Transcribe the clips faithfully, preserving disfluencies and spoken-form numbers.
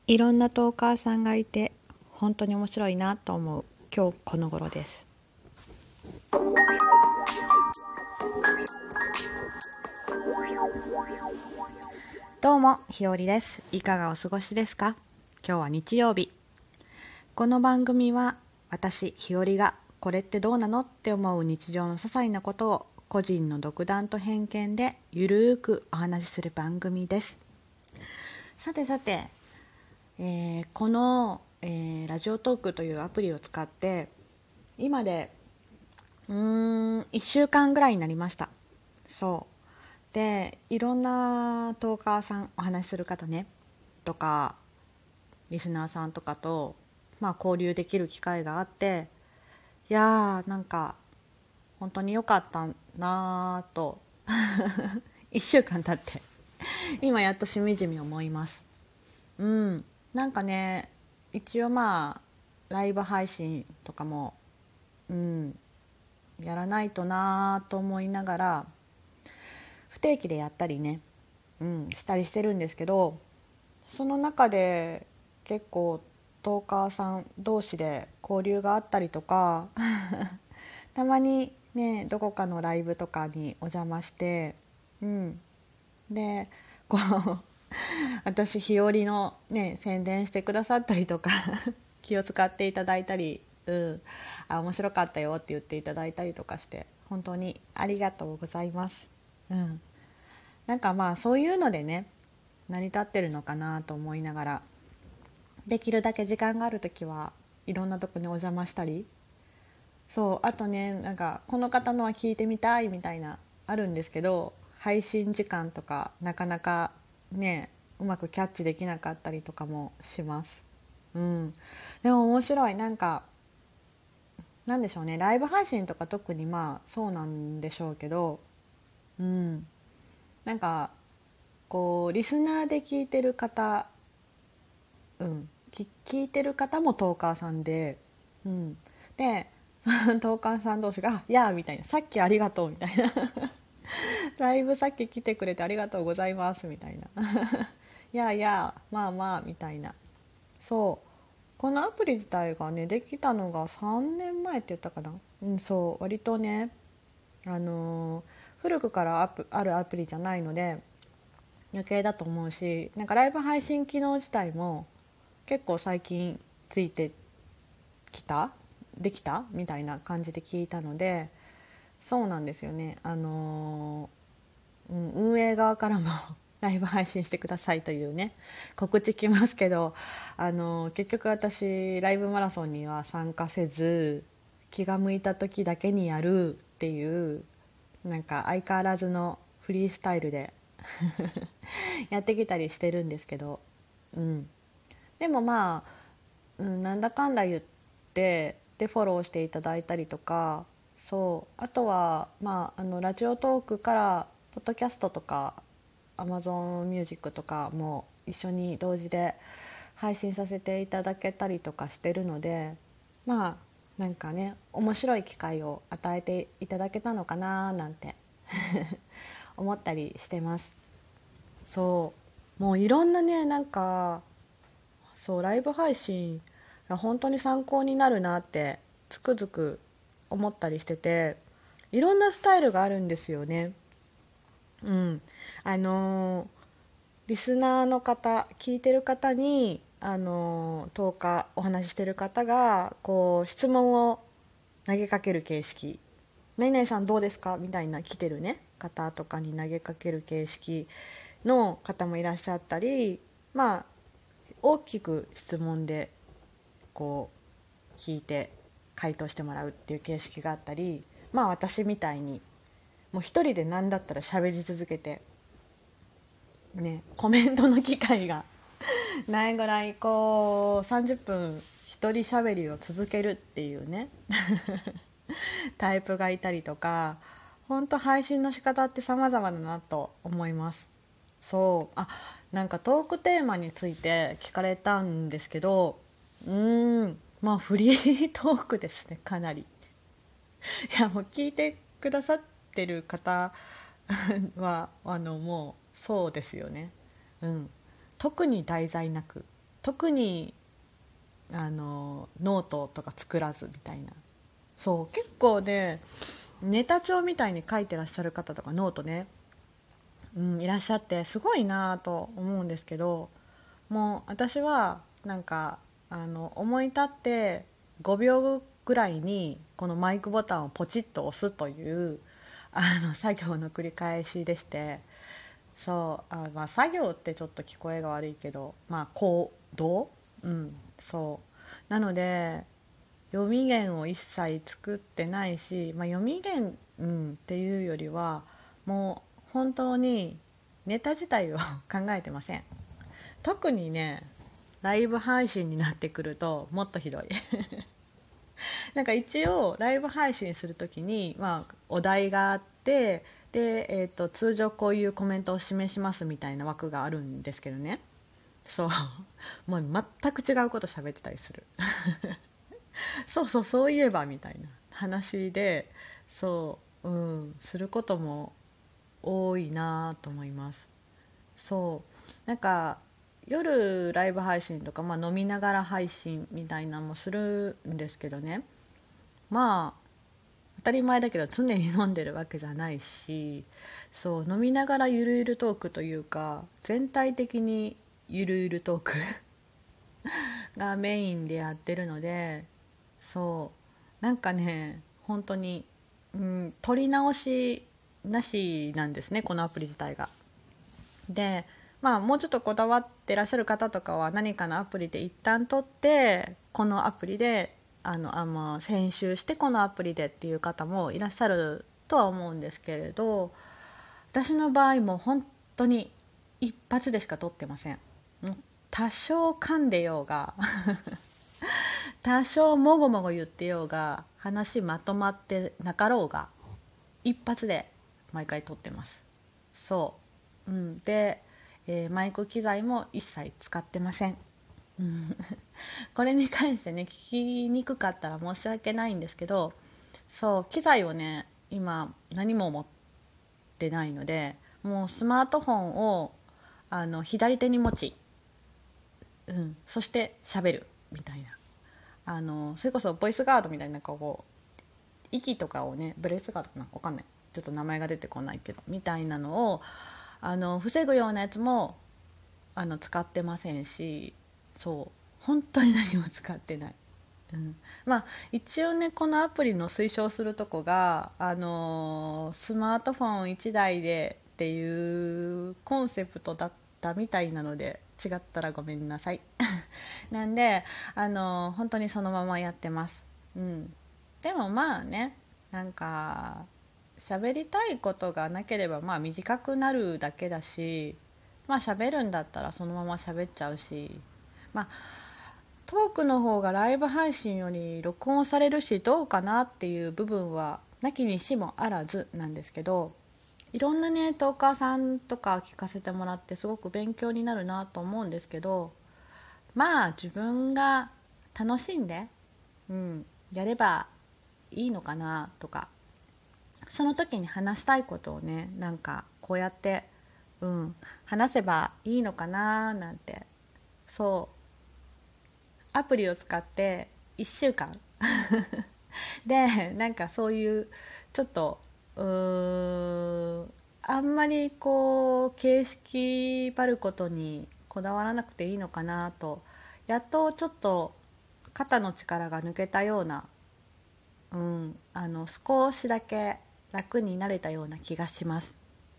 いろんなトーカーさんがいて本当に面白いなと思う今日この頃です。どうも、ひよりです。いかがお過ごしですか？今日は日曜日。この番組は私ひよりがこれってどうなのって思う日常の些細なことを個人の独断と偏見でゆるーくお話しする番組です。さてさて、えーこの、えーラジオトークというアプリを使って今でうーんいっしゅうかんぐらいになりました。そうで、いろんなトーカーさん、お話しする方ねとかリスナーさんとかと、まあ、交流できる機会があって、いやーなんか本当に良かったなーといっしゅうかん経って今やっとしみじみ思います。うん、なんかね、一応まあライブ配信とかも、うん、やらないとなーと思いながら不定期でやったりね、うん、したりしてるんですけど、その中で結構トーカーさん同士で交流があったりとかたまにねどこかのライブとかにお邪魔して、うん、でこう私日和のね宣伝してくださったりとか気を使っていただいたり、うん、あ面白かったよって言っていただいたりとかして本当にありがとうございます。うん、なんかまあそういうのでね成り立ってるのかなと思いながら、できるだけ時間がある時はいろんなとこにお邪魔したり、そうあとね、なんかこの方のは聞いてみたいみたいなあるんですけど、配信時間とかなかなかねうまくキャッチできなかったりとかもします。うん、でも面白い。なんかなんでしょうね、ライブ配信とか特にまあそうなんでしょうけど、うん、なんかこうリスナーで聞いてる方、うん、き聞いてる方もトーカーさんで、うん、でそのトーカーさん同士が「いや」みたいな「さっきありがとう」みたいな「ライブさっき来てくれてありがとうございます」みたいな「いやいやまあまあ」みたいな。そうこのアプリ自体がねできたのがさんねんまえって言ったかな。うん、そう割とね、あのー古くからアプあるアプリじゃないので余計だと思うし、なんかライブ配信機能自体も結構最近ついてきたできたみたいな感じで聞いたので、そうなんですよね、あのーうん、運営側からもライブ配信してくださいというね告知きますけど、あのー結局私ライブマラソンには参加せず、気が向いた時だけにやるっていう、なんか相変わらずのフリースタイルでやってきたりしてるんですけど、うん、でもまあ、うん、なんだかんだ言ってでフォローしていただいたりとか、そうあとはまああのラジオトークからポッドキャストとか Amazon ミュージックとかも一緒に同時で配信させていただけたりとかしてるので、まあなんかね面白い機会を与えていただけたのかななんて思ったりしてます。そうもういろんなね、なんかそうライブ配信が本当に参考になるなってつくづく思ったりしてて、いろんなスタイルがあるんですよね。うん、あのーリスナーの方、聞いてる方にあのーとおかお話ししてる方がこう質問を投げかける形式、何々さんどうですかみたいな来てるね方とかに投げかける形式の方もいらっしゃったり、まあ大きく質問でこう聞いて回答してもらうっていう形式があったり、まあ私みたいにもう一人で何だったら喋り続けてねコメントの機会がないぐらいこうさんじゅっぷん一人喋りを続けるっていうねタイプがいたりとか、本当配信の仕方って様々だなと思います。そうあなんかトークテーマについて聞かれたんですけど、うーんまあフリートークですね、かなり。いやもう聞いてくださってる方はあのもうそうですよね。うん、特に題材なく特にあのノートとか作らずみたいな。そう結構ねネタ帳みたいに書いてらっしゃる方とかノートね、うん、いらっしゃってすごいなと思うんですけど、もう私はなんかあの思い立ってごびょうぐらいにこのマイクボタンをポチッと押すというあの作業の繰り返しでして、そうあ、まあ、作業ってちょっと聞こえが悪いけど、まあ行動、うん、そうなので読み源を一切作ってないし、まあ、読み源、うん、っていうよりはもう本当にネタ自体を考えてません。特にねライブ配信になってくるともっとひどいなんか一応ライブ配信するときに、まあ、お題があってで、えーと、通常こういうコメントを示しますみたいな枠があるんですけどね、そうもう全く違うこと喋ってたりするそうそうそういえばみたいな話で、そう、うん、することも多いなと思います。そうなんか夜ライブ配信とか、まあ、飲みながら配信みたいなのもするんですけどね、まあ当たり前だけど常に飲んでるわけじゃないし、そう飲みながらゆるゆるトークというか全体的にゆるゆるトークがメインでやってるので、そうなんかね本当に、うん、撮り直しなしなんですね、このアプリ自体が。でまあもうちょっとこだわってらっしゃる方とかは何かのアプリで一旦撮ってこのアプリであのあの編集してこのアプリでっていう方もいらっしゃるとは思うんですけれど、私の場合も本当に一発でしか撮ってません。もう多少噛んでようが多少もごもご言ってようが話まとまってなかろうが一発で毎回撮ってます。そう、うん、で、えーマイク機材も一切使ってません。うんこれに関してね聞きにくかったら申し訳ないんですけど、そう機材をね今何も持ってないので、もうスマートフォンをあの左手に持ち、うん、そして喋るみたいな、あのそれこそボイスガードみたいなこう息とかをね、ブレスガードかなわかんない、ちょっと名前が出てこないけどみたいなのをあの防ぐようなやつもあの使ってませんし、そう本当に何も使ってない。うん、まあ一応ねこのアプリの推奨するとこが、あのースマートフォンいちだいでっていうコンセプトだったみたいなので違ったらごめんなさいなんで、あのー本当にそのままやってます。うん、でもまあね、なんか喋りたいことがなければまあ短くなるだけだし、まあ喋るんだったらそのまま喋っちゃうし、まあトークの方がライブ配信より録音されるしどうかなっていう部分はなきにしもあらずなんですけど、いろんなねトーカーさんとか聞かせてもらってすごく勉強になるなと思うんですけど、まあ自分が楽しんで、うん、やればいいのかなとか、その時に話したいことをねなんかこうやって、うん、話せばいいのかななんて、そうアプリを使っていっしゅうかんでなんかそういうちょっとうーんあんまりこう形式ばることにこだわらなくていいのかなと、やっとちょっと肩の力が抜けたような、うん、あの少しだけ楽になれたような気がします。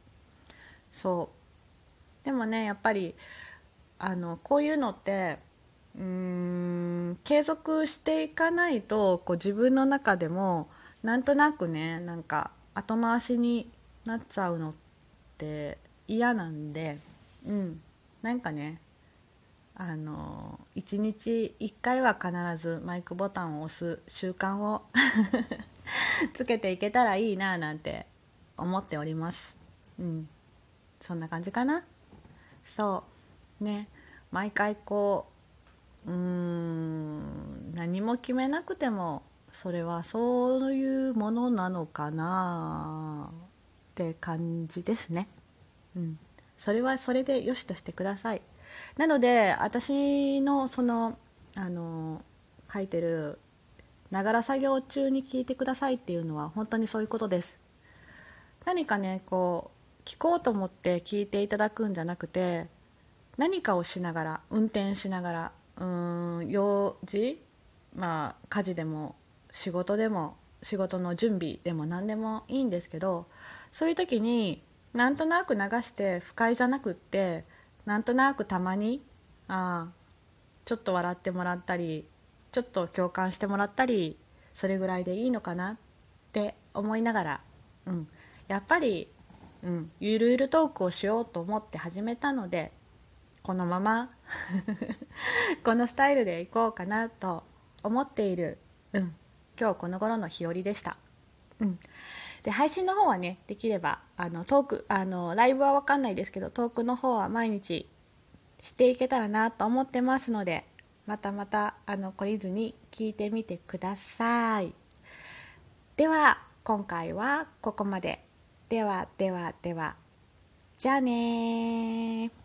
そうでもねやっぱりあのこういうのってうーん継続していかないとこう自分の中でもなんとなくねなんか後回しになっちゃうのって嫌なんで、うんなんかねあのいちにちいっかいは必ずマイクボタンを押す習慣をつけていけたらいいななんて思っております。うん、そんな感じかな。そうね、毎回こううーん何も決めなくてもそれはそういうものなのかなって感じですね。うん、それはそれでよしとしてください。 なので私のそのあの書いてるながら作業中に聞いてくださいっていうのは本当にそういうことです。何かねこう聞こうと思って聞いていただくんじゃなくて、何かをしながら、運転しながら、うーん用事、まあ家事でも仕事でも仕事の準備でも何でもいいんですけど、そういう時になんとなく流して不快じゃなくって、なんとなくたまにああちょっと笑ってもらったり、ちょっと共感してもらったり、それぐらいでいいのかなって思いながら、うん、やっぱり、うん、ゆるゆるトークをしようと思って始めたので、このままこのスタイルでいこうかなと思っている、うん、今日この頃の日和でした。うん、で配信の方はね、できればあのトークあのライブは分かんないですけど、トークの方は毎日していけたらなと思ってますので、またまたあの懲りずに聞いてみてください。では今回はここまで。ではではでは、じゃあねー。